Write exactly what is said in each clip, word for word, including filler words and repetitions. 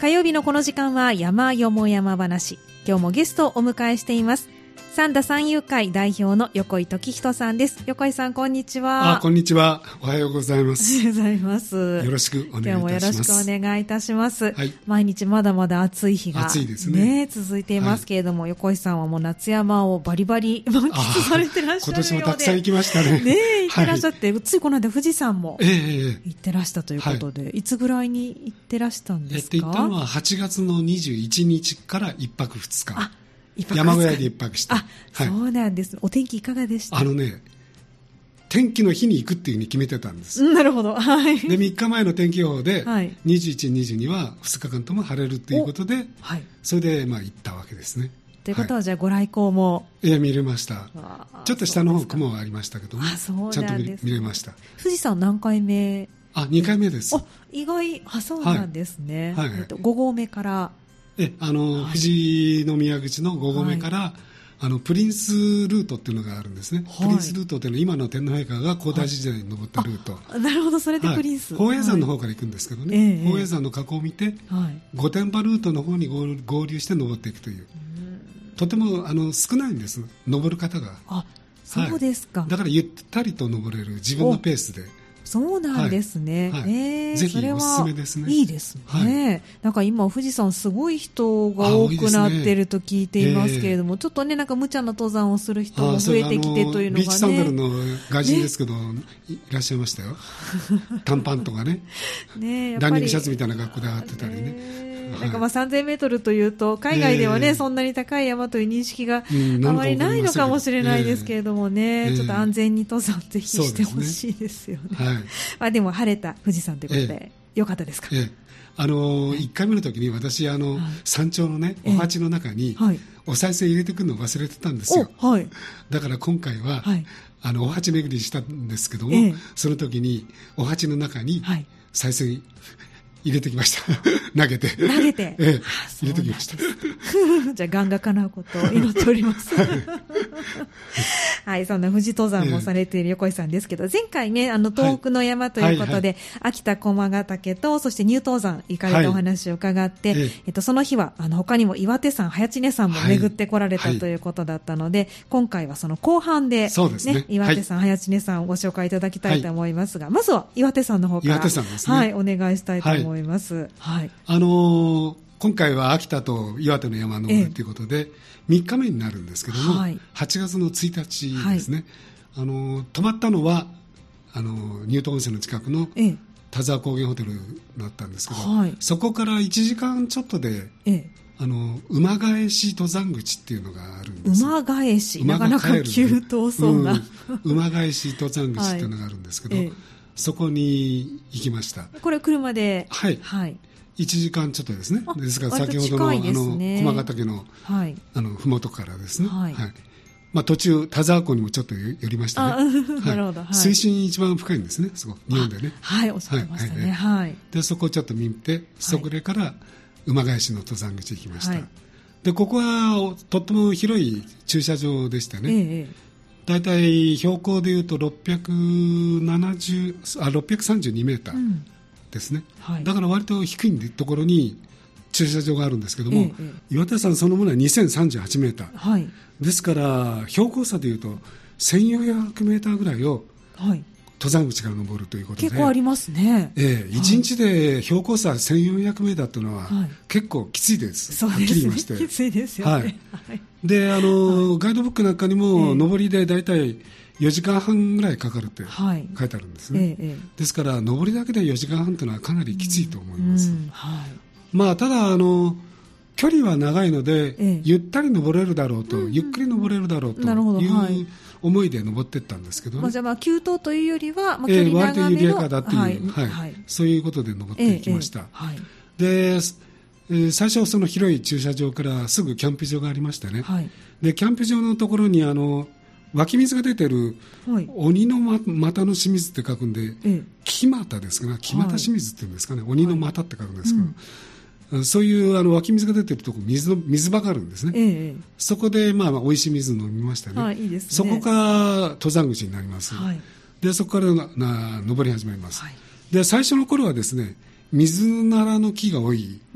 火曜日のこの時間は山よも山話。今日もゲストをお迎えしています。三田三遊会代表の横井時人さんです。横井さん、こんにちは。 あ、こんにちは。おはようございます。 おはようございます。 よろしくお願いいたします。 今日もよろしくお願いいたします。 はい、 毎日まだまだ暑い日が、 暑いですね、 ね、続いていますけれども、はい、横井さんはもう夏山をバリバリ満喫されてらっしゃるようで、 今年もたくさん行きましたね。 ね、行ってらっしゃって、はい、ついこの間富士山も行ってらしたということで、ええ、いつぐらいに行ってらしたんですか？ 行ったのははちがつのにじゅういちにちからいっぱくふつか。 あ、 山小屋で一泊して。 あ、はい、そうなんです。お天気いかがでした？ あのね、天気の日に行くっていうふうに決めてたんです。 なるほど。はい。 で、みっかまえの天気予報で、 はい、 にじゅういち、にじゅうにはふつかかんとも晴れるということで、はい、それでまあ行ったわけですね。 ということは、はい、じゃあご来光も、 いや、見れました。ちょっと下の方雲がありましたけども、 あ、そうなんです。 ちゃんと 見, 見れました。 富士山何回目？ あ、にかいめです。 あ、意外、あ、そうなんですね。はいはい、えっと、ご合目から。 え、あの、はい、富士宮口のご合目から、はい、あのプリンスルートっていうのがあるんですね、はい、プリンスルートっていうのは今の天皇陛下が皇太子時代に登ったルート、 はい、なるほど、それでプリンス、 はい、宝永山の方から行くんですけどね、はい、宝永山の河口を見て、はい、御殿場ルートの方に合流して登っていくという、とてもあの少ないんです、登る方が。 あ、そうですか、 はい、だからゆったりと登れる、自分のペースで。 そうなんですね、はいはい、えー、 ぜひおすすめですね。 いいですね、はい、なんか今富士山すごい人が多くなっていると聞いていますけれども、ね、えー、ちょっとね、なんか無茶な登山をする人も増えてきてというのがね、 ビーチサンダルの外人ですけど、ね、いらっしゃいましたよ短パンとかねね、やっぱりランニングシャツみたいな格好で上がってたりね、ね、 なんかまあさんぜんメートルというと海外ではね、えー、そんなに高い山という認識があまりないのかもしれないですけれどもね、えー、ちょっと安全に登山ぜひしてほしいですよね。はい、まあでも晴れた富士山ということで、えー、よかったですか？ えーあのー、いっかいめの時に私あの、はい、山頂のねお鉢の中に、えーはい、お賽銭入れてくるのを忘れてたんですよ、はい、だから今回は、はい、あのお鉢巡りしたんですけども、えー、その時にお鉢の中に賽銭、はい入れてきました投げて投げて、 ええ、入れてきましたじゃあ願が叶うことを祈っておりますはい、はい、そんな富士登山もされている横井さんですけど、ええ、前回ねあの遠くの山ということで、はいはいはい、秋田駒ヶ岳とそして乳頭山行かれたお話を伺って、はい、ええっと、その日はあの他にも岩手山早知根山も巡ってこられた、はい、ということだったので、今回はその後半で、 そうですね、 岩手山、はい、早知根山をご紹介いただきたいと思いますが、はい、まずは岩手山の方から岩手山ですね、 はい、お願いしたいと思います、はいはい、 あのー、今回は秋田と岩手の山を登るということで、ええ、みっかめになるんですけども、はい、はちがつのついたちですね、はい、あのー、泊まったのはあのー、乳頭温泉の近くの田沢高原ホテルだったんですけど、はい、そこからいちじかんちょっとで、ええ、あの馬返し登山口っていうのがあるんです。 馬返し、なかなか急登そうな、 うん、馬返し登山口っていうのがあるんですけど、はい、ええ、そこに行きました。 これ車で、 はい、はい、いちじかんちょっとですね。ですから先ほどの、ね、あの駒ヶ岳の、はい、あの麓からですね、はいはい、まあ、途中田沢湖にもちょっと寄りましたねなるほど、はい、水深一番深いんですね、すごく日本でね、 はい、おっしゃってましたね、はいはい、 でそこをちょっと見て、そこから馬返しの登山口に行きました、はい、でここはとっても広い駐車場でしたね、ええ、だいたい標高でいうとろっぴゃくななじゅうあろっぴゃくさんじゅうにメーターですね、うんはい、だから割と低いところに駐車場があるんですけども、ええ、岩手山そのものはにせんさんじゅうはちメーター、はい、ですから標高差でいうとせんよんひゃくメーターぐらいを登山口から登るということで、 結構ありますね、 ええ、いちにちで標高差せんよんひゃくメーターというのは結構きついです、 そうですね、はっきり言いましてきついですよね、はいはい、であの、はい、ガイドブックなんかにも登りでだいたいよじかんはんぐらいかかるって書いてあるんですね、はいええ、ですから登りだけでよじかんはんというのはかなりきついと思います、うんうんはい、まあ、ただあの距離は長いので、ええ、ゆったり登れるだろうと、うんうん、ゆっくり登れるだろうという思いで登っていったんですけどね、 まあ、じゃあまあ急登というよりは、まあ、距離長めの、えー、割と緩やかだという、はいはいはい、そういうことで登っていきました、ええはい、で、えー、最初はその広い駐車場からすぐキャンプ場がありましてね、はい、でキャンプ場のところにあの湧き水が出てる、はい、鬼の股の清水って書くんで、ええ、木股ですかね、木股清水っていうんですかね、はい、鬼の股って書くんですけど、うん、そういうあの湧き水が出てるところ 水の水場があるんですね、ええ、そこで、まあ、まあ美味しい水飲みましたね、はい、いいですね、そこが登山口になります、はい、でそこからなな登り始めます、はい、で最初の頃はですね水ならの木が多い、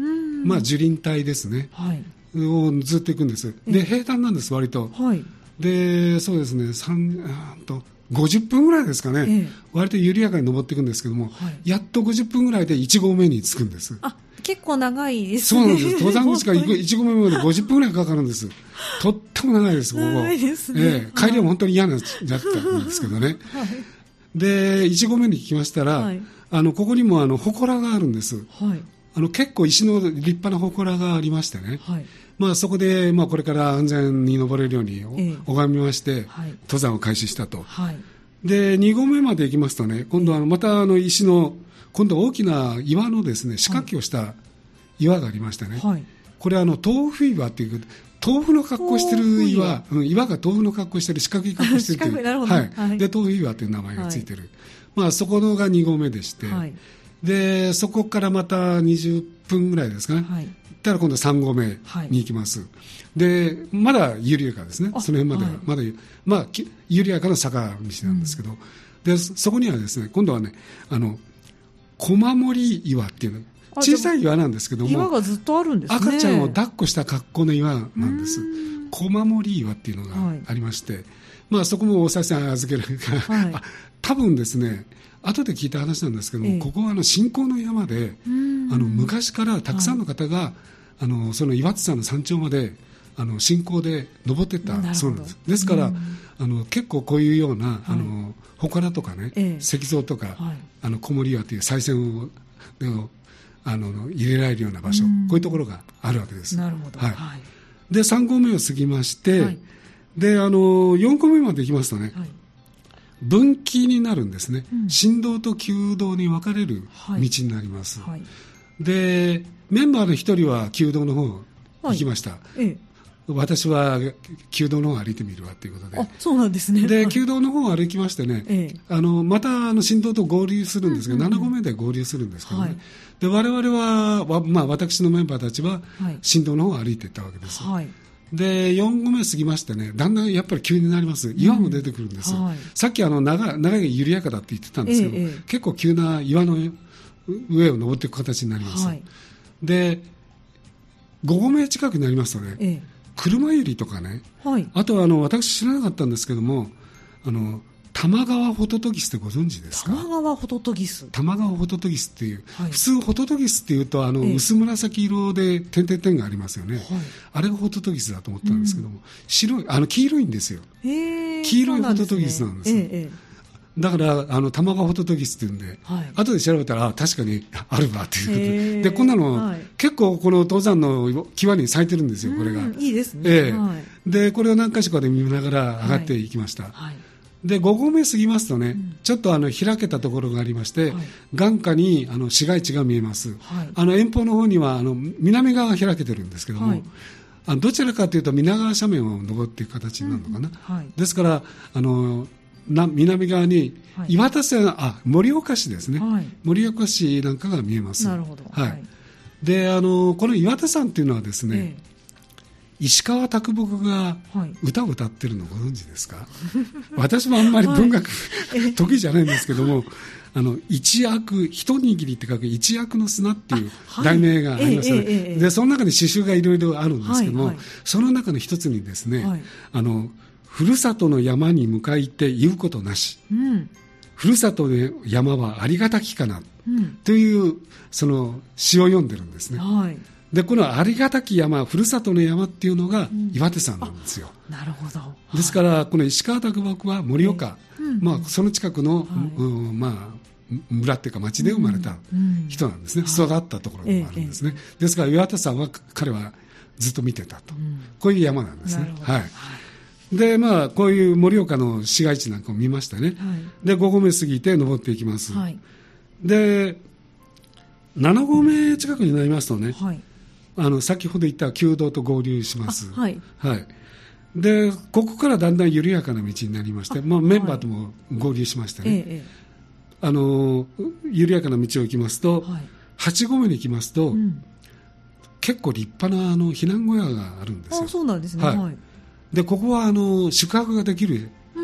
まあ、樹林帯ですね、はい、をずっと行くんです。で平坦なんです割と、はい、でそうですねさんとごじゅっぷんぐらいですかね、ええ、割と緩やかに登っていくんですけども、はい、やっとごじゅっぷんぐらいでいち合目に着くんです。 あ、結構長いですね。 そうなんです。登山口からいち合目までごじゅっぷんぐらいかかるんです。とっても長いです、ここ。 長いですね。 ええ、帰りは本当に嫌なだったんですけどね。はい、でいち合目に来ましたら、はい、あのここにもあの祠があるんです。はい、あの結構石の立派な祠がありましてね、はい、まあ、そこで、まあ、これから安全に登れるように拝みまして、はい、登山を開始したと、はい、でに合目まで行きますとね、今度はまたあの石の今度大きな岩のですね四角形をした岩がありましてね、はい、これはあの豆腐岩っていう豆腐の格好してる岩、うん、岩が豆腐の格好してる四角い格好してるっていう、はいはい、で豆腐岩という名前がついてる、はい、まあ、そこのがに合目でして、はい、でそこからまたにじゅっぷんぐらいですかね、はい、行ったら今度さん合目に行きます、はい、でまだ緩やかですね、その辺までは、はい、まだ、まあ、緩やかな坂道なんですけど、うん、でそこにはですね今度はねあの小守岩っていう小さい岩なんですけども、 岩がずっとあるんですね。 赤ちゃんを抱っこした格好の岩なんです。小守岩っていうのがありまして、はい、まあ、そこもお賽銭預けるから、はい、多分ですね後で聞いた話なんですけども、ええ、ここはあの信仰の山で、あの昔からたくさんの方が、はい、あのその岩手山の山頂まであの信仰で登っていったそうなんです。ですからあの結構こういうような、はい、あの祠とかね、ええ、石像とか、はい、あの小守岩という賽銭をあの入れられるような場所、こういうところがあるわけです。 なるほど、 はいはい、でさん合目を過ぎまして、はい、であのよん合目まで行きますとね、はい、分岐になるんですね、うん、新道と旧道に分かれる道になります、はいはい、でメンバーの一人は旧道の方行きました、はい、ええ、私は旧道の方を歩いてみるわということで、 あ、そうなんですね。 で旧道の方を歩きましてね、ええ、あのまたあの新道と合流するんですが、うんうんうん、なな合目で合流するんですけどね、はい、で我々は、まあ、私のメンバーたちは新道の方を歩いていったわけです、はい、でよん合目過ぎましてね、だんだんやっぱり急になります。岩も出てくるんです、うん、はい、さっきあの長長い緩やかだって言ってたんですけど、ええ、結構急な岩の上を登っていく形になります、はい、でご合目近くになりますとね、ええ、車百合とかね、はい、あとはあの私知らなかったんですけども、あの玉川ホトトギスってご存知ですか？ 玉川ホトトギス、 玉川ホトトギスっていう、はい、普通ホトトギスっていうとあの、ええ、薄紫色で点々点がありますよね、はい、あれがホトトギスだと思ったんですけども、うん、白いあの黄色いんですよ、 へー、 黄色いホトトギスなんです、ええ、だからあの玉川ホトトギスっていうんで、はい、後で調べたらあ確かにあるわということで、こんなの、はい、結構この登山の際に咲いてるんですよ、これが。 いいですね、 ええ、はい、でこれを何か所かで見ながら上がっていきました、はいはい、でご合目過ぎますとね、うん、ちょっとあの開けたところがありまして、はい、眼下にあの市街地が見えます、はい、あの遠方の方にはあの南側が開けてるんですけども、はい、あのどちらかというと皆川斜面を登っていく形になるのかな、うん、はい、ですからあのな南側に岩田線、はい、あ盛岡市ですね、はい、盛岡市なんかが見えます。 なるほど、 はい、であのこの岩田山っていうのはですね、ええ、石川啄木が歌を歌ってるのご存知ですか？はい、私もあんまり文学、はい、得意じゃないんですけども、あの一握一握りって書く一握の砂っていう題名がありますよね、はい、ええええ、でその中に詩集がいろいろあるんですけども、はいはい、その中の一つにですね、はい、あのふるさとの山に向かいて言うことなし、うん、ふるさとの山はありがたきかな、うん、というその詩を読んでるんですね、はい、でこのありがたき山、ふるさとの山っていうのが岩手山なんですよ、 うん、なるほど、 ですからこの石川啄木は盛岡、えーうん、まあ、その近くの、はい、うん、まあ、村っていうか町で生まれた人なんですね、うんうん、育ったところでもあるんですね、えー、ですから岩手山は彼はずっと見てたと、うん、こういう山なんですね、はい、でまあ、こういう盛岡の市街地なんかを見ましたね、はい、でご合目過ぎて登っていきます、はい、でなな合目近くになりますとね、はい、あの先ほど言った旧道と合流します、はいはい、でここからだんだん緩やかな道になりまして、まあ、メンバーとも合流しましてね、はい、あの緩やかな道を行きますと、はい、はち合目に行きますと、うん、結構立派なあの避難小屋があるんですよ。 あ、そうなんですね、はい、 でここはあの宿泊ができる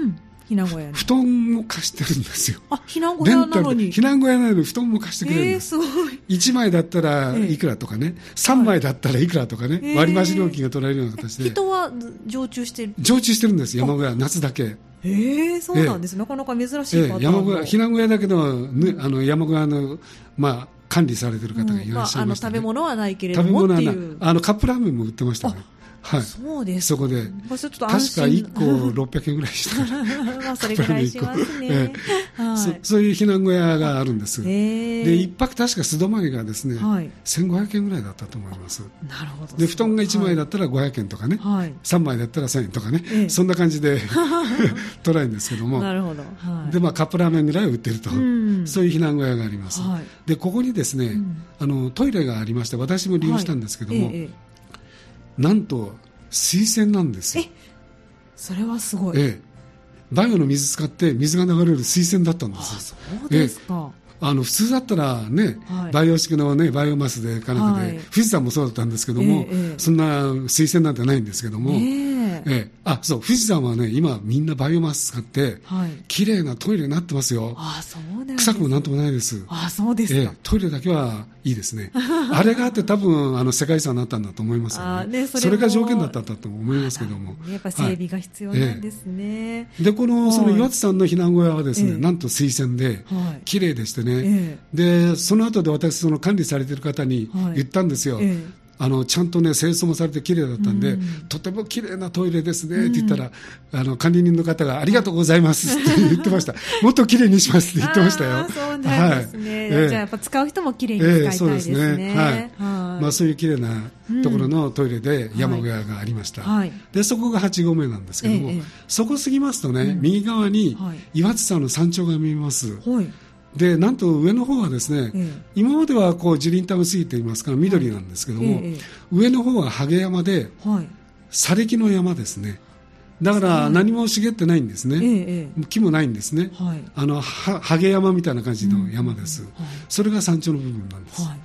避難小屋に布団も貸してるんですよ。 あ、避難小屋なのに。 避難小屋なのに布団も貸してくれるんです。 えー、すごい。 いちまいだったらいくらとかね、えー、さんまいだったらいくらとかね、はい、割増料金が取られるような形で。 人は常駐してる常駐してるんです、山小屋、夏だけ。 えー、そうなんです、えー、なかなか珍しいパターン、えー、 山小屋、避難小屋だけど、ね、あの山小屋の、まあ、管理されてる方がいらっしゃいました、ね、うんまあ、あの食べ物はないけれどもっていう。 食べ物はなあのカップラーメンも売ってましたね。はい、 そうですそこで確かいっころっぴゃくえんぐらいしたまあそれぐらいしますね、ええはい、そ, そういう避難小屋があるんです。でいっぱく確か素泊まりがですね、はい、せんごひゃくえんぐらいだったと思います。 なるほど。 で布団がいちまいだったらごひゃくえんとかね、はい、さんまいだったらせんえんとかね、ええ、そんな感じで取られるんですけどもなるほど、はい、 でまあ、カップラーメンぐらい売ってると、うん、そういう避難小屋があります、はい、でここにですね、うん、あのトイレがありまして私も利用したんですけども、はいええ、なんと水洗なんですよ。 え、それはすごい。 ええ、バイオの水使って水が流れる水洗だったんです。 あ、そうですか。 ええ、あの普通だったらね、はい、バイオ式のねバイオマスでかなんかで、はい、富士山もそうだったんですけども、ええ、そんな水洗なんてないんですけども、ええええ、あそう富士山はね今みんなバイオマス使って、はい、綺麗なトイレになってますよ。 あ、そうです。 臭くもなんともないです。 あ、そうですか。ええ、 トイレだけはいいですね。あれがあって多分あの世界遺産になったんだと思いますよね。あ、ね、それ、それが条件だったと思いますけども、 やっぱ整備が必要なんですね。はい、ええ、でこのその岩津さんの避難小屋はですね、ええ、なんと水洗で、はい、綺麗でしてね、ええ、でその後で私その管理されている方に言ったんですよ。はい、ええ、あのちゃんとね清掃もされて綺麗だったんで、うん、とても綺麗なトイレですねって言ったら、うん、あの管理人の方がありがとうございますって言ってました。もっと綺麗にしますって言ってましたよ。 あ、そうなんですね。はい、えー、じゃあやっぱ使う人も綺麗に使いたいですね。えー、そうですね。はい。はい、まあそういう綺麗なところのトイレで山小屋がありました。はい、でそこがはち合目なんですけども、えー、そこ過ぎますとね、うん、右側に岩津山の山頂が見えます。はい、でなんと上の方はですね、ええ、今まではこう樹林帯を過ぎていますから緑なんですけども、はいええ、上の方はハゲ山で、はい、砂礫の山ですね。だから何も茂ってないんですね、ええ、木もないんですね、はい、あのはハゲ山みたいな感じの山です、うんはい、それが山頂の部分なんです、はい、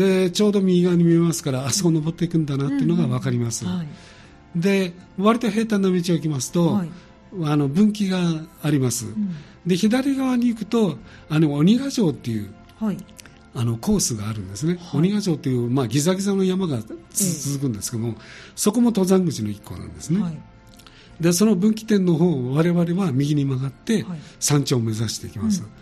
でちょうど右側に見えますからあそこ登っていくんだなっていうのが分かります、うんうんはい、で割と平坦な道を行きますと、はい、あの分岐があります、うん、で左側に行くとあの鬼ヶ城っていう、はい、あのコースがあるんですね、はい、鬼ヶ城という、まあ、ギザギザの山が続くんですけども、ええ、そこも登山口の一個なんですね、はい、でその分岐点の方を我々は右に曲がって山頂を目指していきます、はい、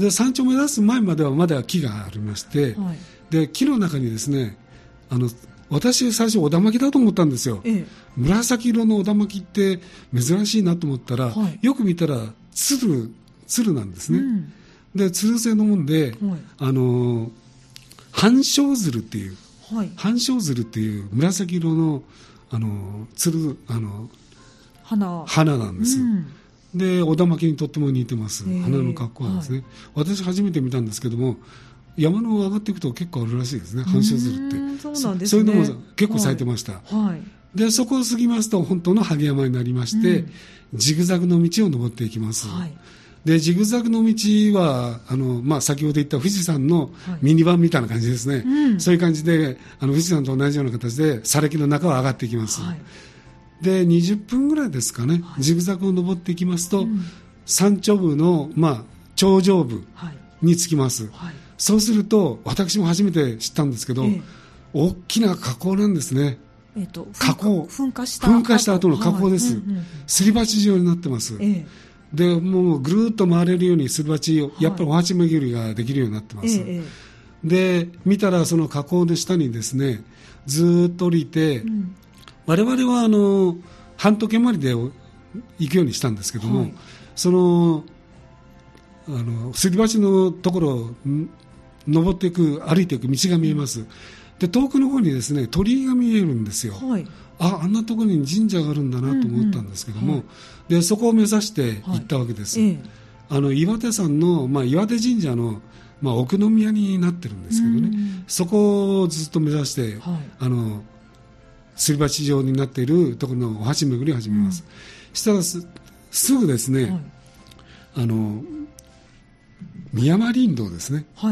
で山頂を目指す前まではまだ木がありまして、はい、で木の中にですねあの私最初おだまきだと思ったんですよ、ええ、紫色のおだまきって珍しいなと思ったら、はい、よく見たら鶴鶴なんですね、うん、で鶴製のもんで、はい、あの半生鶴っていう、はい、半生鶴っていう紫色のあの鶴あの 花, 花なんです、うん、でおだまきにとっても似てます。花の格好はですね、はい、私初めて見たんですけども山の上がっていくと結構あるらしいですね、半生鶴って。 そうなんですね。 そういうのも結構咲いてました、はいはい、でそこを過ぎますと本当の萩山になりまして、うん、ジグザグの道を登っていきます、はい、でジグザグの道はあの、まあ、先ほど言った富士山のミニ版みたいな感じですね、はいうん、そういう感じであの富士山と同じような形で砂礫の中を上がっていきます、はい、でにじゅっぷんぐらいですかね、はい、ジグザグを登っていきますと、うん、山頂部の、まあ、頂上部に着きます、はい、そうすると私も初めて知ったんですけど、えー、大きな火口なんですね、 えー、と火口噴火した噴火した後の火口です、はいうんうん、すり鉢状になってます、えー、でもうぐるっと回れるようにすり鉢を、はい、やっぱりお鉢巡りができるようになってます、えー、で見たらその火口の下にですねずっと降りて、うん、我々はあの半時計回りで行くようにしたんですけども、はい、そのあのすり鉢のところを登っていく歩いていく道が見えます。で遠くの方にですね鳥居が見えるんですよ、はい、あ, あんなところに神社があるんだなと思ったんですけども、うんうんはい、でそこを目指して行ったわけです、はいええ、あの岩手山の、まあ、岩手神社の、まあ、奥宮になってるんですけどね、うん、そこをずっと目指して、はい、あのすり鉢状になっているところのお鉢巡りを始めます、うん、したら す, すぐですね、はい、あの宮間林道ですね、はい、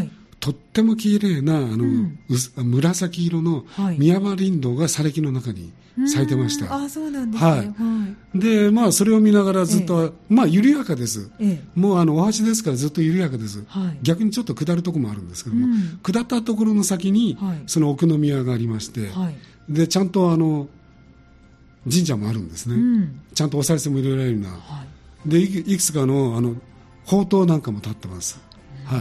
とっても綺麗なあの、うん、紫色のミヤマリンドウが砂礫の中に咲いてました。 あ、そうなんですね。はい。 で、まあ、それを見ながらずっと、ええ、まあ、緩やかです。ええ、もう、あの、お橋ですからずっと緩やかです。はい、逆にちょっと下るところもあるんですけども、うん、下ったところの先に、はい、その奥の宮がありまして、はい、で、ちゃんと、あの、神社もあるんですね。うん、ちゃんとお賽銭も入れられるような。はい、で、いくつかの、あの、宝塔なんかも立ってます。はい。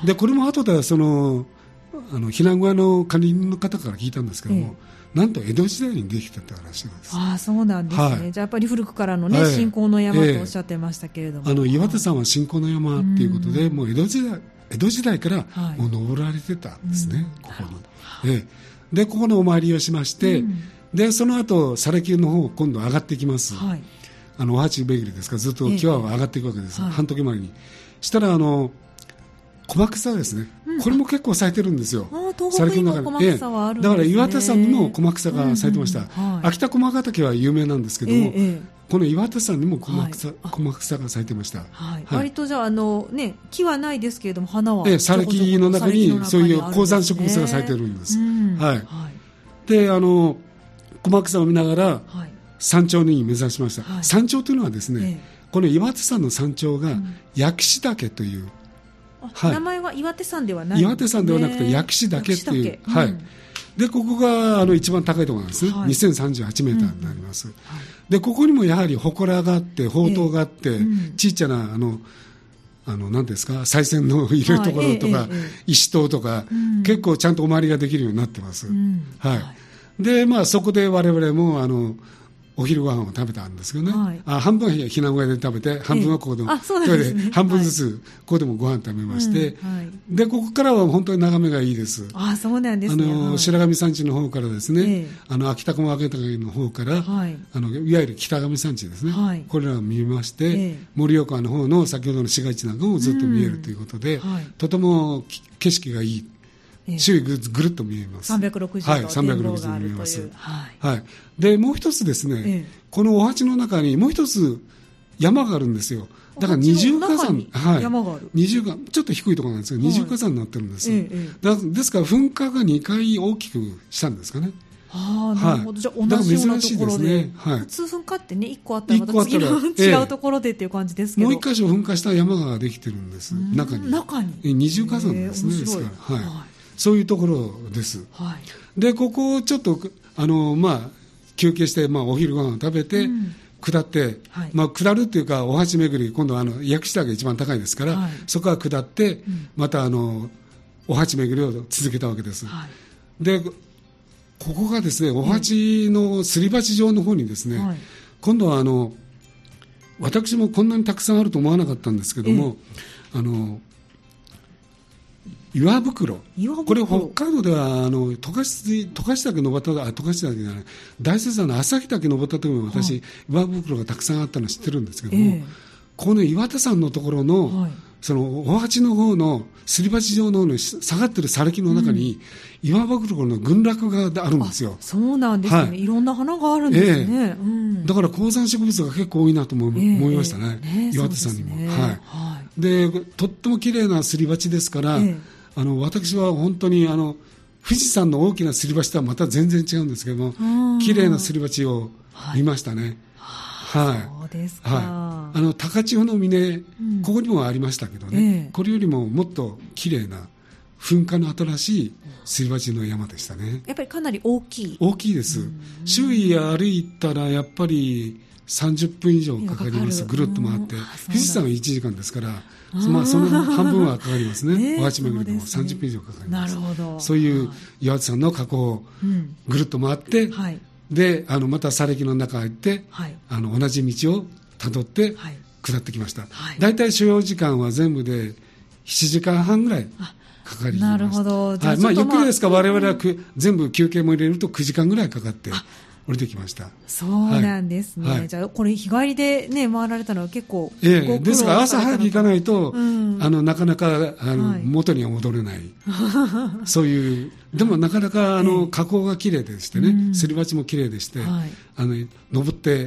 で、これも後で、その、あの、避難小屋の管理人の方から聞いたんですけども、ええ、なんと江戸時代にできてたらしいんです。 ああ、そうなんですね。はい、じゃあやっぱり古くからのね、信仰の山とおっしゃってましたけれども。 えー、あの岩手山は信仰の山っていうことで、もう江戸時代、江戸時代からもう登られてたんですね、ここに。えー、で、ここのお参りをしまして、で、その後、砂礫の方、今度上がっていきます。はい、あの、お鉢巡りですから、ずっと際は上がっていくわけです。えー、半時前に。したら、あの、小松草ですね、うん、これも結構咲いてるんですよ。 東北にも小松草はあるんですね。 だから岩手山にも小松草が咲いてました。うんうん、はい、秋田駒ヶ岳は有名なんですけども、ええ、この岩手山にも小松草、はい、小松草が咲いてました。はいはい、割とじゃあ、あのね、木はないですけれども花は、 ええ、砂礫の中にそういう高山植物が咲いてるんです。うん、はい、はい、で、あの小松草を見ながら、はい、山頂に目指しました。はい、山頂というのはですね、ええ、この岩手山の山頂が薬師岳という、 はい、名前は岩手山ではないんですね。 岩手山ではなくて薬師岳っていう、うん、はい、でここがあの一番高いところなんですね、はい、にせんさんじゅうはちメーターになります。うん、はい、でここにもやはり祠があって宝塔があって、えーうん、ちっちゃなあのあの何ですか、賽銭の入れるところとか、はい、えーえー、石塔とか、うん、結構ちゃんとお参りができるようになってます。うん、はい、はい、でまあそこで我々もあのお昼ご飯を食べたんですけどね、はい、あ半分は避難小屋で食べて、半分はここでも、ええね、半分ずつここでもご飯食べまして、うん、はい、でここからは本当に眺めがいいです。 あ、そうなんですね。 あの、はい、白神山地の方からですね、ええ、あの秋田駒ヶ岳の方から、はい、あのいわゆる北上山地ですね、はい、これらを見まして、ええ、盛岡の方の先ほどの市街地なんかもずっと見えるということで、うん、はい、とても景色がいい。周囲ぐるっと見えます。 さんびゃくろくじゅうど、はい、さんびゃくろくじゅうど見えます。 はい、はい、でもう一つですね、ええ、このお鉢の中にもう一つ山があるんですよ。だから二重火山、はい、山がある。二重がちょっと低いところなんですけど、二重火山になってるんです。ええ、だですから噴火がにかい大きくしたんですかね。 ああ、なるほど。はい、じゃあ同じようなところで、ね、はい、普通噴火ってね、いっこあったらまた次の違うところでっていう感じですけど、 もう一箇所噴火した山ができてるんです。中に。 中に。 二重火山ですね。ですから、はい。はい、そういうところです。はい、でここをちょっとあの、まあ、休憩して、まあ、お昼ご飯を食べて、うん、下って、はい、まあ、下るっていうかお鉢巡り、今度はあの薬師岳が一番高いですから、はい、そこは下って、うん、またあのお鉢巡りを続けたわけです。はい、でここがですね、お鉢のすり鉢状の方にですね、はい、今度はあの私もこんなにたくさんあると思わなかったんですけども、あの岩袋、これ北海道ではあの十勝岳登ったあ十勝岳じゃない大雪山の旭岳登った時も私、はい、岩袋がたくさんあったの知ってるんですけども、えー、この岩手山のところの、はい、そのお鉢の方のすり鉢状の方に下がってる砂礫の中に、うん、岩袋の群落があるんですよ。 そうなんですね、はい、いろんな花があるんですね。えーうん、 だから高山植物が結構多いなと思い、えー、思いましたね、えーね、岩手山にも。で、ね、はいはい、でとっても綺麗なすり鉢ですから、えーあの私は本当にあの富士山の大きなすり鉢とはまた全然違うんですけども、綺麗なすり鉢を見ましたね。はい、はい、 そうですか。 はい、あの高千穂の峰、うん、ここにもありましたけどね、えー、これよりももっと綺麗な噴火の新しいすり鉢の山でしたね。 やっぱりかなり大きい。 大きいです。周囲歩いたらやっぱりさんじゅっぷん以上かかります。ぐるっと回って、富士山はいちじかんですから、まあ、その半分はかかりますね。お鉢巡りもさんじゅっぷん以上かかります。なるほど。そういう岩手山の火口をぐるっと回って、うんはい、であのまた砂礫の中に入って、はい、あの同じ道をたどって下ってきました。はい、だいたい所要時間は全部でななじかんはんぐらいかかりました。 なるほど。 はい、まあ、ゆっくりですから我々はく全部休憩も入れるとくじかんぐらいかかって降りてきました。 そうなんですね。はい、じゃあこれ日帰りでね回られたのは結構、 ええ、ですから朝早く行かないと、うん、あのなかなかあの、はい、元には戻れないそういうでもなかなかあの、ええ、火口が綺麗でしてね、うん、すり鉢も綺麗でして、はい、あの登って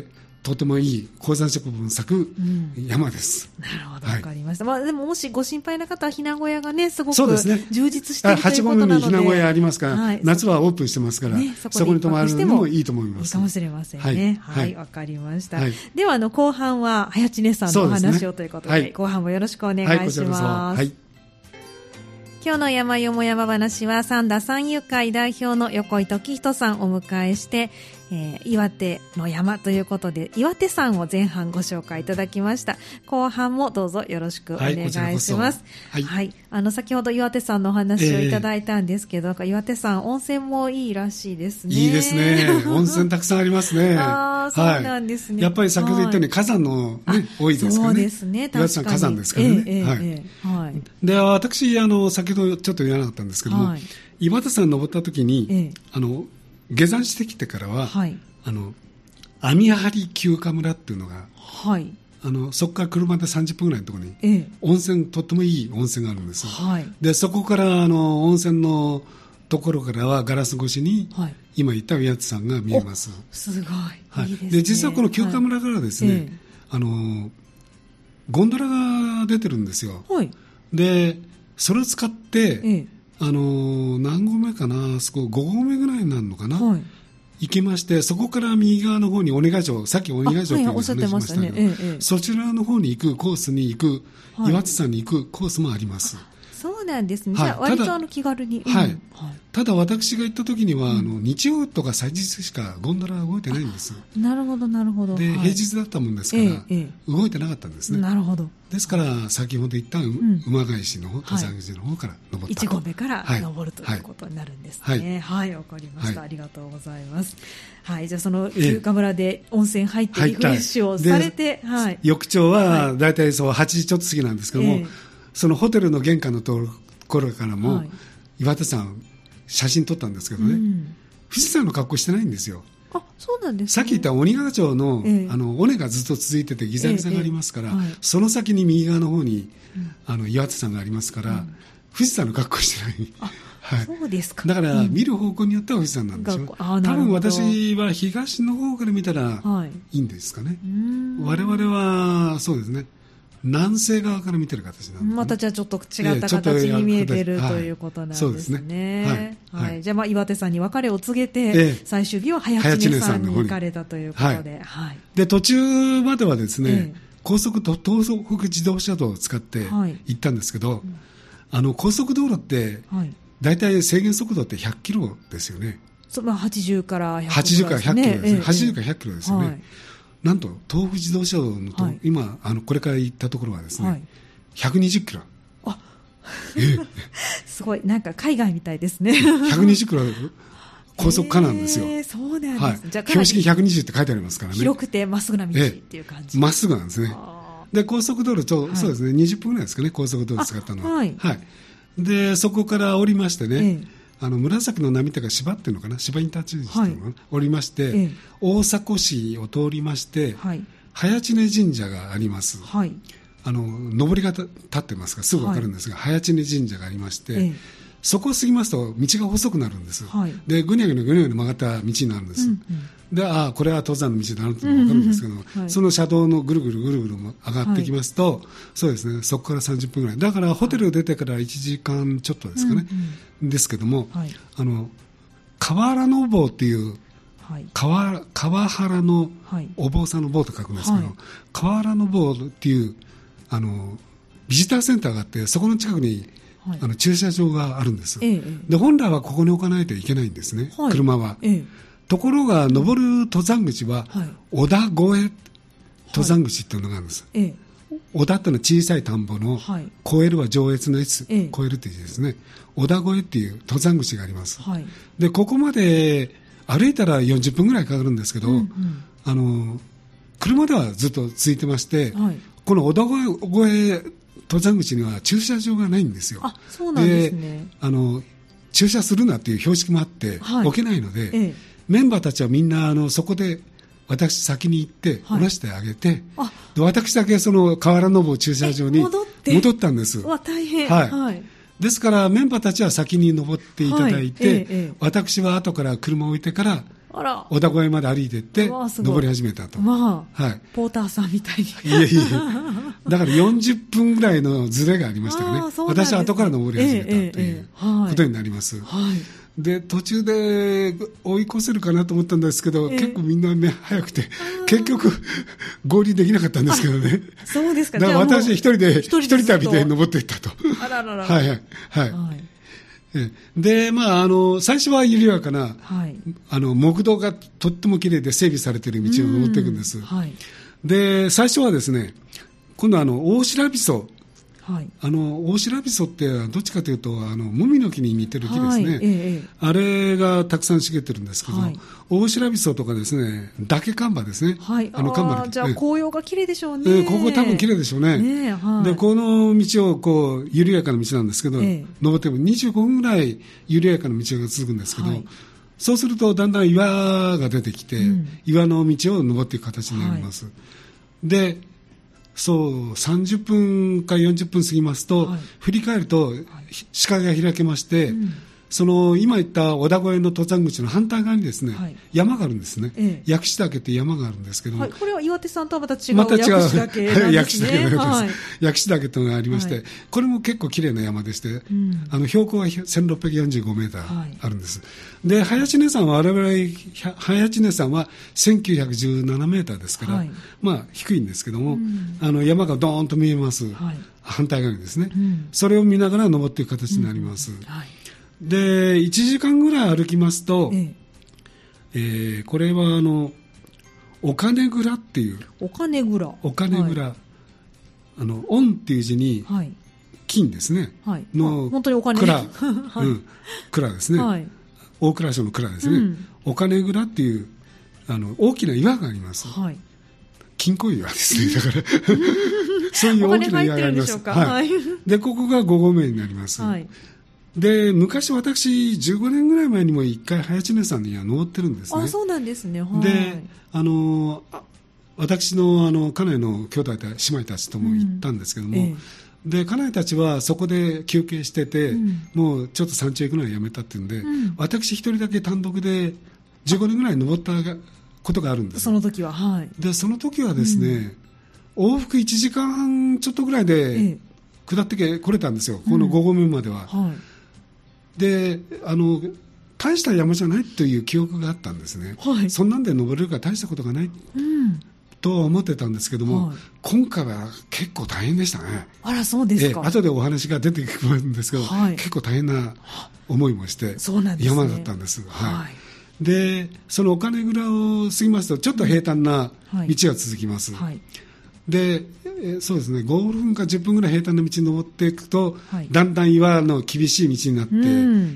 とてもいい高山植物咲く山です、 うん、なるほど、わかりました、はい、まあ、でももしご心配な方はひな小屋がねすごく充実しているということなので、 はち合目にひな小屋ありますから、はい、夏はオープンしてますから、ね、そ, そこに泊まるのもいいと思います。 いいかもしれませんね。はい、わ、はい、かりました、はい、ではあの後半は早知根さんのお話をということで、でね、はい、後半もよろしくお願いします。はい、今日の山よも山話は三田山友会代表の横井時人さんをお迎えして、えー、岩手の山ということで岩手山を前半ご紹介いただきました。後半もどうぞよろしくお願いします。はい、はい、あの先ほど岩手山のお話をいただいたんですけど、えー、岩手山温泉もいいらしいですね。 いいですね。温泉たくさんありますね。 あ、そうなんですね、 はい、やっぱり先ほど言ったように火山の、ね、多いですからね。 そうですね、確かに岩手山火山ですからね。 えーえーはいえーはい、 で私あの先ほどちょっと言わなかったんですけども、はい、岩手山登った時に、えー、あの下山してきてからは、はい、あの網張休暇村っていうのが、はい、あのそこから車でさんじゅっぷんぐらいのところに、ええ、温泉とってもいい温泉があるんです、はい、でそこからあの温泉のところからはガラス越しに、はい、今言った岩手山が見えます。 すごい、 はい、 いいですね。 で実はこの休暇村からですね、はい、あのゴンドラが出てるんですよ、はい、でそれを使って、ええ、あの何合目かな、そこご合目ぐらいになるのかな、はい、行きまして、そこから右側の方に鬼ヶ城、さっき鬼ヶ城という話しましたけど、ねええ、そちらの方に行くコースに行く、はい、岩手山に行くコースもあります。 そうなんですね、はい、じゃあ割とあの気軽に、 はい、 うん、 ただ私が行った時には、うん、あの日曜とか祭日しかゴンドラは動いてないんです。 なるほどなるほど。 で、はい、平日だったもんですから、ええ、動いてなかったんですね。 なるほど。 ですから先ほど言った、うん、馬返しの方、登山口の方から登った、 いち合目から登るということになるんですね。はい、わ、はい、かりました、はい、ありがとうございます。はい、じゃあその休暇村で温泉入ってリフレッシュをされて、はい、 翌朝はだいたいそうはちじちょっと過ぎなんですけども、ええ、そのホテルの玄関のところからも、はい、岩手山写真撮ったんですけどね、うん、富士山の格好してないんですよ。 あ、そうなんですね。 さっき言った鬼ヶ城 の,、ええ、あの尾根がずっと続いててギザギザがありますから、ええはい、その先に右側の方に、うん、あの岩手山がありますから、うん、富士山の格好してない。 あ、はい、そうですか。 だから、うん、見る方向によっては富士山なんですよ。多分私は東の方から見たらいいんですかね、はい、我々はそうですね、南西側から見てる形なんで、ね、 またじゃあちょっと違った形に見えてる、えー、ということなんですね。はい、そうですね。はいはい、じゃあまあ岩手山に別れを告げて、えー、最終日は早知根山に行かれたということで、はいはい、 で途中まではですね、えー、高速と東北自動車道を使って行ったんですけど、はい、あの高速道路って、はい、大体制限速度ってひゃっキロですよね。 そ、まあ、はちじゅうからひゃくキロ、ね、 はちじゅうからひゃくキロですね、えー、はちじゅうからひゃくキロですよね、はい、なんと東北自動車道のと、はい、今あのこれから行ったところはですね、はい、ひゃくにじゅっキロ。あ、 えー、すごいなんか海外みたいですね。 ひゃくにじゅっキロ高速化なんですよ。 えー、そうなんです、 はい、じゃあ標識ひゃくにじゅうって書いてありますからね。 広くてまっすぐな道っていう感じ。 ま、えー、っすぐなんですね。で高速道路と、はい、そうですね、にじゅっぷんぐらいですかね、高速道路使ったのは。はい、はい、でそこから降りましてね、えーあの紫の波とか芝っていうのかな、芝インターチェンジっていうのかな、はい、降りまして、ええ、大迫市を通りまして、はい、早知根神社があります、はい、あの上りが立ってますからすぐ分かるんですが、はい、早知根神社がありまして、ええ、そこを過ぎますと道が細くなるんです、はい、でぐにゃぐにゃぐにゃぐにゃ曲がった道になるんです、うんうん、でああこれは登山の道だなと分かるんですけど、うんうんうんはい、その車道のぐるぐるぐるぐる上がってきますと、はい、そうですね、そこからさんじゅっぷんぐらいだからホテルを出てからいちじかんちょっとですかね、うんうん、ですけども、はい、あの川原の坊っていう、はい、川, 川原のお坊さんの坊と書くんですけど、はい、川原の坊っていうあのビジターセンターがあってそこの近くに、はい、あの駐車場があるんです、ええ、で本来はここに置かないといけないんですね、はい、車は、ええ、ところが登る登山口は、はい、小田越え登山口っていうのがあるんです、はいええ小田っていうのは小さい田んぼの、はい、越えるは上越の越、ええ、越えるっていう字ですね。小田越えっていう登山口があります、はい、でここまで歩いたらよんじゅっぷんぐらいかかるんですけど、うんうん、あの車ではずっと続いてまして、はい、この小田越え登山口には駐車場がないんですよ。 あ、そうなんですね。 あの駐車するなっていう標識もあって、はい、置けないので、ええ、メンバーたちはみんなあのそこで私先に行って降ろしてあげて、はい、で私だけその河原の坊駐車場に戻ったんです。 わ大変、 はいはい、ですからメンバーたちは先に登っていただいて、はいええ、私は後から車を置いてからあら小田越まで歩いていって登り始めたと、 まあはい、ポーターさんみたいにいやいやだからよんじゅっぷんぐらいのズレがありましたよね。私は後から登り始めたということになります、ええええはい、で途中で追い越せるかなと思ったんですけど、ええ、結構みんな目早くて結局合流できなかったんですけどね。 そうですか。 だから私一人で一人旅で登っていったと。 あらららはいはいはい、はいでまあ、あの最初は緩やかな、はい、あの木道がとってもきれいで整備されている道を登っていくんです、はい、で最初はですね今度はあの大白びそ、はい、あの大白びそってどっちかというとあのもみの木に似てる木ですね、はいええ、あれがたくさん茂ってるんですけど、はい、大白びそとかですね嶽カンバですね、 はい、あのカンバじゃあ紅葉が綺麗でしょうね、 えー、ここ多分綺麗でしょうね、ねはい、でこの道をこう緩やかな道なんですけど、ええ、登ってもにじゅうごふんぐらい緩やかな道が続くんですけど、はい、そうするとだんだん岩が出てきて、うん、岩の道を登っていく形になります、はい、でそうさんじゅっぷんかよんじゅっぷん過ぎますと、はい、振り返ると視界が開けまして、うん、その今言った小田越の登山口の反対側にですね、はい、山があるんですね、ええ、薬師岳って山があるんですけども、はい、 これは岩手さんとはまた違う、 また違う薬師岳なんですね。 薬師岳です、はい、薬師岳というのがありまして、はい、これも結構きれいな山でして、うん、あの標高はせんろっぴゃくよんじゅうごメーターあるんです、はい、で早知根山は我々早知根山はせんきゅうひゃくじゅうななメーターですから、はい、まあ低いんですけども、うん、あの山がドーンと見えます、はい、反対側にですね、うん、それを見ながら登っていく形になります、うんはい、でいちじかんぐらい歩きますと、えええー、これはあのお金蔵っていうお金蔵お金蔵、はい、あの恩っていう字に金ですね、はい、の本当にお金蔵、はい、うん、蔵ですね、はい、大蔵省の蔵ですね、うん、お金蔵っていうあの大きな岩があります、はい、金庫岩ですねだからそういう大きな岩があります、はい、でここがご合目になります、はいで昔私じゅうごねんぐらい前にもいっかい早知根山には登ってるんですね。 あそうなんですね、はい、 であの私のあの家内の兄弟と姉妹たちとも行ったんですけども、うんええ、で家内たちはそこで休憩してて、うん、もうちょっと山頂行くのはやめたっていうんで、うん、私一人だけ単独でじゅうごねんぐらい登ったことがあるんです。 その時は、はい、 でその時はですね、うん、往復いちじかんはんちょっとぐらいで下ってこれたんですよ、このご合目までは、はいであの大した山じゃないという記憶があったんですね、はい、そんなんで登れるから大したことがない、うん、とは思ってたんですけども、はい、今回は結構大変でしたね。 あらそうですか。 え後でお話が出てくるんですけど、はい、結構大変な思いもして山だったんです。はいはい、でそのお金蔵を過ぎますとちょっと平坦な道が続きます、はいはい、でそうですね、ごふんかじゅっぷんぐらい平坦な道に登っていくと、はい、だんだん岩の厳しい道になって、うん、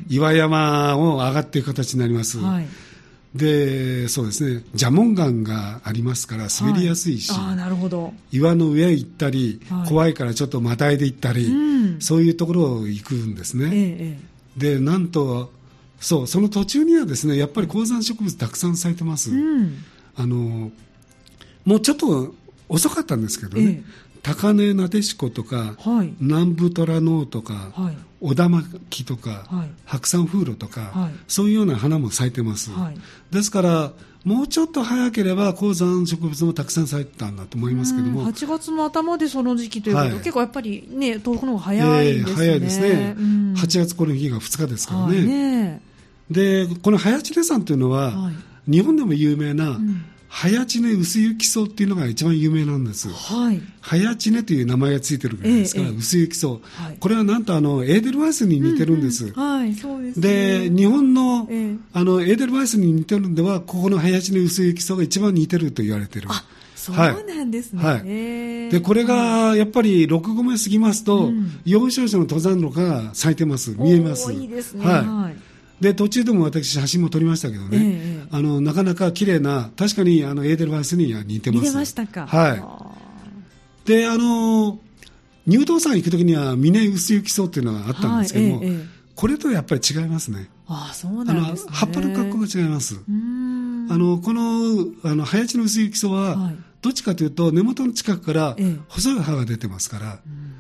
岩山を上がっていく形になります、はい、でそうですね蛇紋岩がありますから滑りやすいし、はい、あなるほど岩の上行ったり、はい、怖いからちょっとまたいで行ったり、うん、そういうところを行くんですね、ええ、でなんとそうその途中にはですねやっぱり高山植物たくさん咲いてます、うん、あのもうちょっと遅かったんですけどね、ええ、高根なでしことか、はい、南部虎のとか、はい、小玉木とか、はい、白山風呂とか、はい、そういうような花も咲いてます、はい、ですからもうちょっと早ければ高山植物もたくさん咲いてたんだと思いますけども、 はちがつの頭でその時期ということ、はい、結構やっぱりね東北の方が早いんですね、えー、早いですね、うん、 はちがつこの日がふつかですからね、はい、ねでこの早知根山というのは、はい、日本でも有名な、うん早知根薄雪草っていうのが一番有名なんです、はい、早知根という名前がついてるぐらいですから、ええ、薄雪草、はい、これはなんとあのエーデルワイスに似てるんです、うんうんはいそうですね、で日本 の,、ええ、あのエーデルワイスに似てるんではここの早知根薄雪草が一番似てると言われてる。 あそうなんですね、はいはい、 でこれがやっぱりろく合目過ぎますと、うん、幼少者の登山路が咲いてます見えます。 いいですね、 はいはいで途中でも私写真も撮りましたけどね、えー、あのなかなか綺麗な確かにあのエーデルワイスには似てます。 似てましたか。 はいであの入道山行くときには峰薄雪草っていうのがあったんですけども、はいえーえー、これとやっぱり違いますね。 あそうなんですね。 あの葉っぱの格好が違います。うーんあのこのあの早知の薄雪草は、はい、どっちかというと根元の近くから細い葉が出てますから、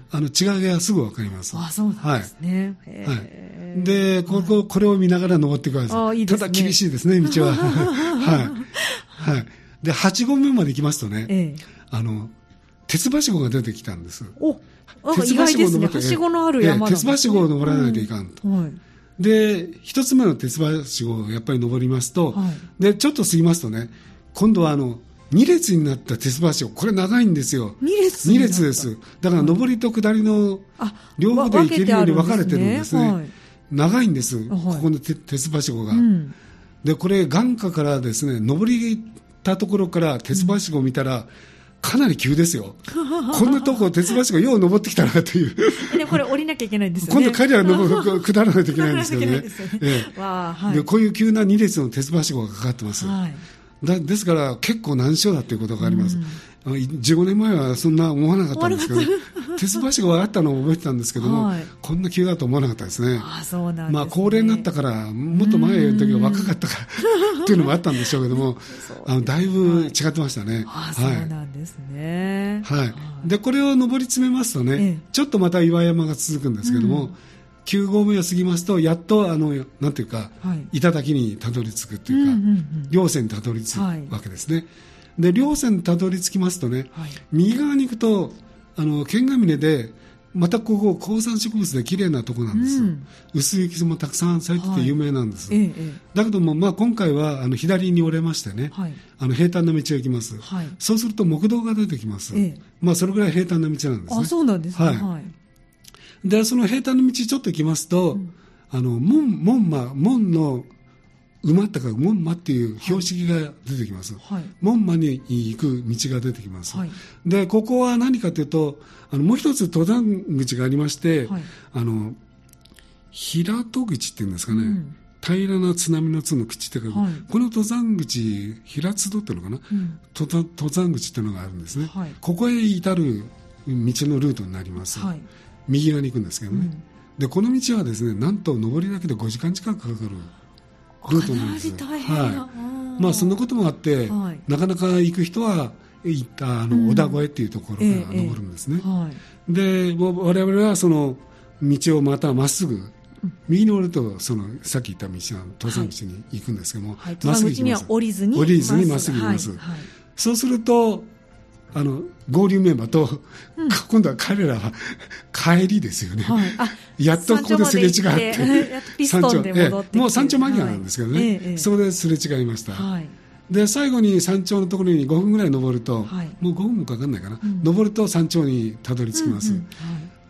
あの違いがすぐ分かります。 あ、そうなんですね。 はい。はい、でここ、これを見ながら登ってください。あ、いいですね。ただ厳しいですね、道は。はい。はい。で、はち合目まで行きますとね、ええ、あの、鉄はしごが出てきたんです。 お、鉄はしごを登って、はしごのある山なんですね。 鉄はしごを登らないといかんと。うんはい、で、一つ目の鉄はしごをやっぱり登りますと、はい、で、ちょっと過ぎますとね、今度はあの、に列になった鉄橋を、これ長いんですよ。 に列に列です。だから上りと下りの両方で行けるように分かれてるんですね。はい、長いんです、はい、ここの鉄橋が、うん。で、これ眼下からですね、上りたところから鉄橋を見たら、かなり急ですよ。こんなとこ鉄橋がよう登ってきたなという。 でこれ降りなきゃいけないんですよね。 今度彼は登下らないといけないんですけどね。でこういう急なに列の鉄橋がかかってます。はいだですから結構難所だということがあります、うん、じゅうごねんまえはそんな思わなかったんですけど鉄橋があったのを覚えてたんですけども、はい、こんな急だと思わなかったですね。 あそうなんですね。 まあ、高齢になったからもっと前の時は若かったからっていうのもあったんでしょうけどもあのだいぶ違ってましたね。 はい、あそうなんですね、 はいはい、でこれを上り詰めますとね、ええ、ちょっとまた岩山が続くんですけども、うんきゅう合目を過ぎますとやっとあのなんていうか、はい、頂にたどり着くというか、うんうんうん、稜線にたどり着くわけですね、はい、で稜線にたどり着きますとね、はい、右側に行くとあの剣ヶ峰でまたここ高山植物で綺麗なところなんです、うん、薄雪もたくさん咲いてて有名なんです、はいええ、だけども、まあ、今回はあの左に折れましてね、はい、あの平坦な道を行きます、はい、そうすると木道が出てきます、ええまあ、それぐらい平坦な道なんですね。 あそうなんですね、はいはいでその平坦の道ちょっと行きますと、うん、あの門門馬門の馬とか門馬っていう標識が出てきます、はい、門馬に行く道が出てきます、はい、でここは何かというとあのもう一つ登山口がありまして、はい、あの平戸口っていうんですかね、うん、平らな津波の津の口っていうか、はい、この登山口平津戸っていうのかな、うん、登, 登山口っていうのがあるんですね、はい、ここへ至る道のルートになります、はい右側に行くんですけどね、うん、でこの道はですねなんと上りだけでごじかん近くかかるルートなんです。 かなり大変な、 はいまあ、そんなこともあって、はい、なかなか行く人は行ったあの小田越っていうところから登るんですね、うんええはい、で我々はその道をまたまっすぐ右に降りるとそのさっき言った道は登山口に行くんですけども、はい、 登山口には降りずに降りずにまっすぐ行きます、はいはい、そうするとあの合流メンバーと、うん、今度は彼らは帰りですよね、はい、あやっとここですれ違って山頂で戻ってきてもう山頂間際なんですけどね、はいええ、そこですれ違いました、はい、で最後に山頂のところにごふんぐらい登ると、はい、もうごふんもかかんないかな、うん、登ると山頂にたどり着きます、うんうんはい、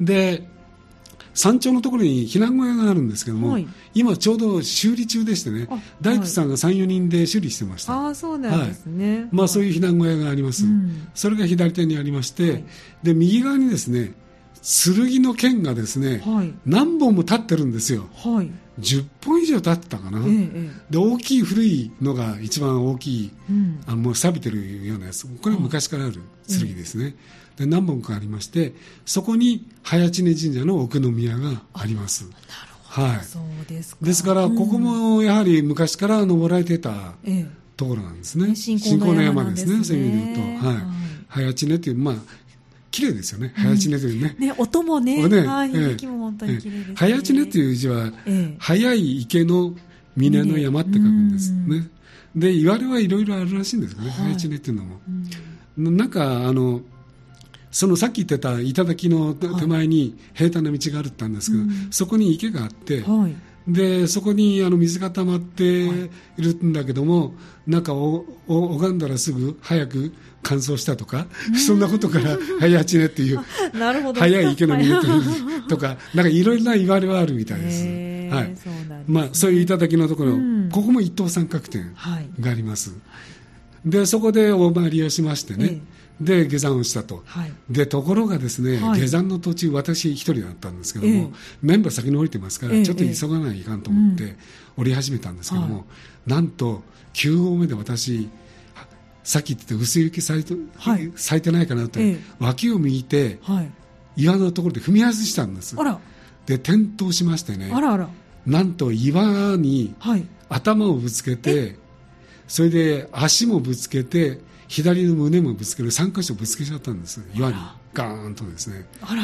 で山頂のところに避難小屋があるんですけども、はい、今ちょうど修理中でしてね大工さんが さん,よ 人で修理してました。 ああそうなんですね、 はいまあ、そういう避難小屋があります、うん、それが左手にありまして、はい、で右側にですね剣の剣がですね、はい、何本も立ってるんですよ、はい、じゅっぽん以上立ってたかな、ええ、で大きい古いのが一番大きい、うん、あのもう錆びてるようなやつこれは昔からある剣ですね、で何本かありましてそこに早知根神社の奥宮があります。なるほど、はい、そうですか。 ですからここもやはり昔から登られてたところなんですね、ええ、 信仰の山ですね。 信仰の山ですねそういう意味で言うと、はいはい、早知根というまあ綺麗ですよね、早知根というね、 うん、ね音もね、ねはい、響きも本当に綺麗ですね。 早知根という字は、ええ、早い池の峰の山って書くんですね。で言われはいろいろあるらしいんですけどね、はい、早知根っていうのも、うん、なんかあのそのさっき言ってた頂の手前に平坦な道があるって言ったんですけど、はい、そこに池があって、はい、でそこにあの水が溜まっているんだけども、はい、なんかおお拝んだらすぐ早く乾燥したとかそんなことから早知根っていうなるほど早い池の峰というとかなんかいろいろな言われはあるみたいです。はい、そうなんですね。まあ、そういう頂のところ、うん、ここも一等三角点があります、はい、でそこでお参りをしましてね、ええで下山をしたと、はい、でところがですね、はい、下山の途中私一人だったんですけども、ええ、メンバー先に降りてますから、え、ちょっと急がないといかんと思って降り始めたんですけども、うん、なんときゅう合目で私さっき言ってた薄い雪咲いて、はい、咲いてないかなと、脇を向いて、はい、岩のところで踏み外したんです。あらで転倒しましてね、あらあらなんと岩に頭をぶつけて、それで足もぶつけて左の胸もぶつけるさん箇所ぶつけちゃったんです。岩にガーンとですね。あら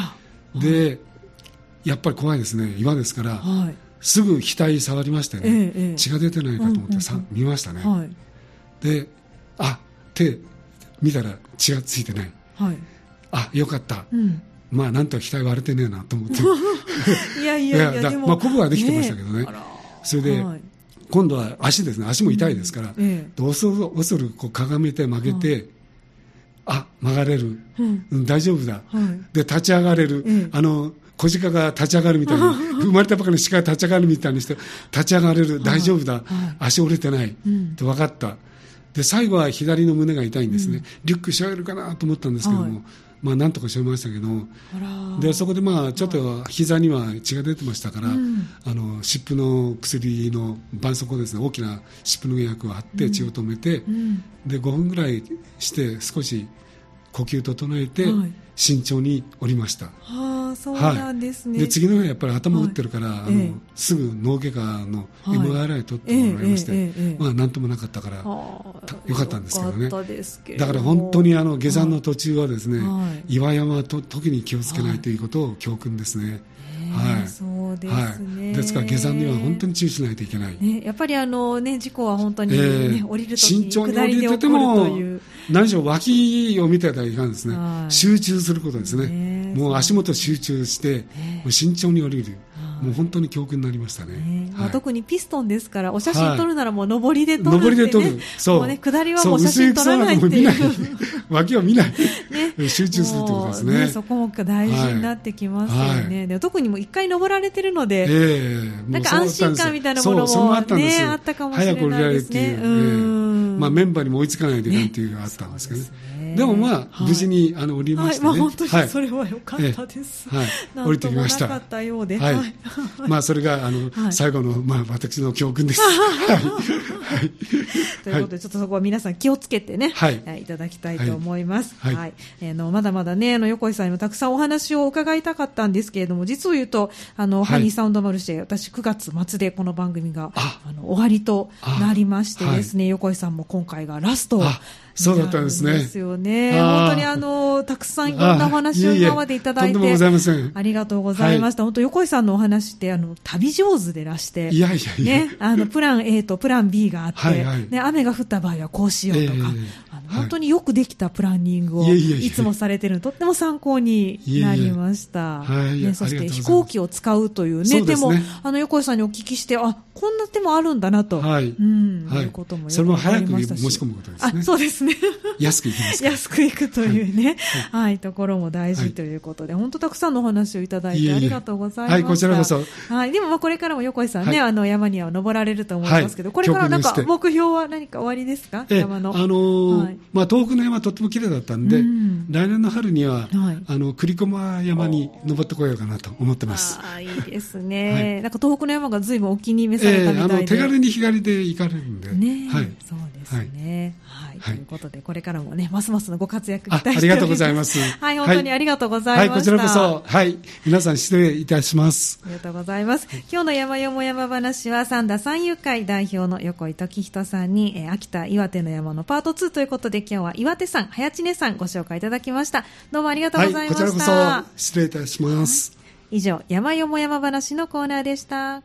でやっぱり怖いですね、岩ですから、はい、すぐ額触りましてね、ええ、血が出てないかと思って、うんうんうん、見ましたね、はい、であ手見たら血がついてない、はい、あよかった、うん、まあなんと額割れてねえなと思っていやいやいや、いやでもまあ、コブはできてましたけどね、ねそれで、はい、今度は足ですね、足も痛いですから、うんええ、恐る恐るこうかがめて曲げて、はい、あ曲がれる、うんうん、大丈夫だ、はい、で立ち上がれる、ええ、あの小鹿が立ち上がるみたいに生まれたばかりの鹿が立ち上がるみたいにして立ち上がれる、大丈夫だ、はい、足折れてない、うん、と分かった。で最後は左の胸が痛いんですね、うん、リュックしょえるかなと思ったんですけども、はい、まあ、なんとかしょえましたけど、でそこでまあちょっと膝には血が出てましたから、はい、あの湿布の薬の絆創膏ですね、大きな湿布の薬を貼って血を止めて、うん、でごふんぐらいして少し呼吸整えて、はい、慎重に降りました。 はあ、そうなんですね。 はい、で次の日はやっぱり頭打ってるから、はい、あのええ、すぐ脳外科の エムアールアイ 取ってもらいまして、はいえええ、まあなんともなかったから、はあ、よかったんですけどね。けどだから本当にあの下山の途中はですね、はい、岩山はと特に気をつけないということを教訓ですね。はい、そうですね、はい、ですから下山には本当に注意しないといけない、 ね、やっぱりあの、ね、事故は本当に、ねえー、降りるときに慎重に降りてても何しろ脇を見てたらいかんですね、はい、集中することですね、ねもう足元集中して、ね、もう慎重に降りる、もう本当に教訓になりましたね、ねまあ、特にピストンですからお写真撮るならもう上りで撮るって、ね、 上りで撮る、そうもう、ね、 下りはもう写真撮らないっていう脇を見ない、ね、集中するということですね、 ねそこも大事になってきますよね、はい、で特にもう一回登られてるので、えー、なんか安心感みたいなものも、ね、あったかもしれないですね。 まあ、メンバーにも追いつかないといけないというのがあったんですけどね。ねでもまあ、はい、無事にあの降りましてね、はいまあ、 本当にそれは良かったです、はい、 降りてきました。 なんともなかったようで、 はいはい、まあそれがあの、はい、最後の、まあ、私の教訓です、はい、 ということでちょっとそこは皆さん気をつけてね、はい、いただきたいと思います、はいはいえー、のまだまだねあの横井さんにもたくさんお話を伺いたかったんですけれども、実を言うとあの、はい、ハニーサウンドマルシェ、私くがつ末でこの番組がああの終わりとなりましてですね、横井さんも今回がラストそうだったんですね。 ですよね。本当にあのたくさんいろんなお話を今までいただいて、いえいえとんでもございません。ありがとうございました。はい、本当横井さんのお話ってあの旅上手でらして、いやいやいやね、あのプラン A とプラン B があって、はいはい、ね雨が降った場合はこうしようとか、えー、あの本当によくできたプランニングをいつもされているのとっても参考になりました。いえいえはいね、そして飛行機を使うというね、でもあの横井さんにお聞きして、あこんな手もあるんだなと、はい、うん、はい、いうこともよくそれも早く申し込むことですね。 あそうですね。 安く行きますか安く行くというね、はい、はい、ところも大事ということで、はい、本当たくさんのお話をいただいてありがとうございました。いえいえはい、こちらこそ。はい、でもまあこれからも横井さんね、はい、あの山には登られると思いますけど、はい、これからなんか目標は何か終わりですか？山の。 あのーはい、まあ東北の山はとっても綺麗だったんで、うん、来年の春には、はい、あの栗駒山に登ってこようかなと思ってます。 ああいいですね。はい、なんか東北の山がずいぶんお気に召されたみたいで、えー、あの手軽に日帰りで行かれるんで。 ね、はい、そうですね。はい、はい、ということでこれからもねますますのご活躍期待しております。ありがとうございます。はい、本当にありがとうございました。はい、こちらこそ、 はい、皆さん失礼いたします。 ありがとうございます。今日の山よも山話は三田山友会代表の横井時人さんに、えー、秋田岩手の山のパートツーということで今日は岩手山早知根さんご紹介いただきました。どうもありがとうございました。はい、 こちらこそ失礼いたします。 以上山よも山話のコーナーでした。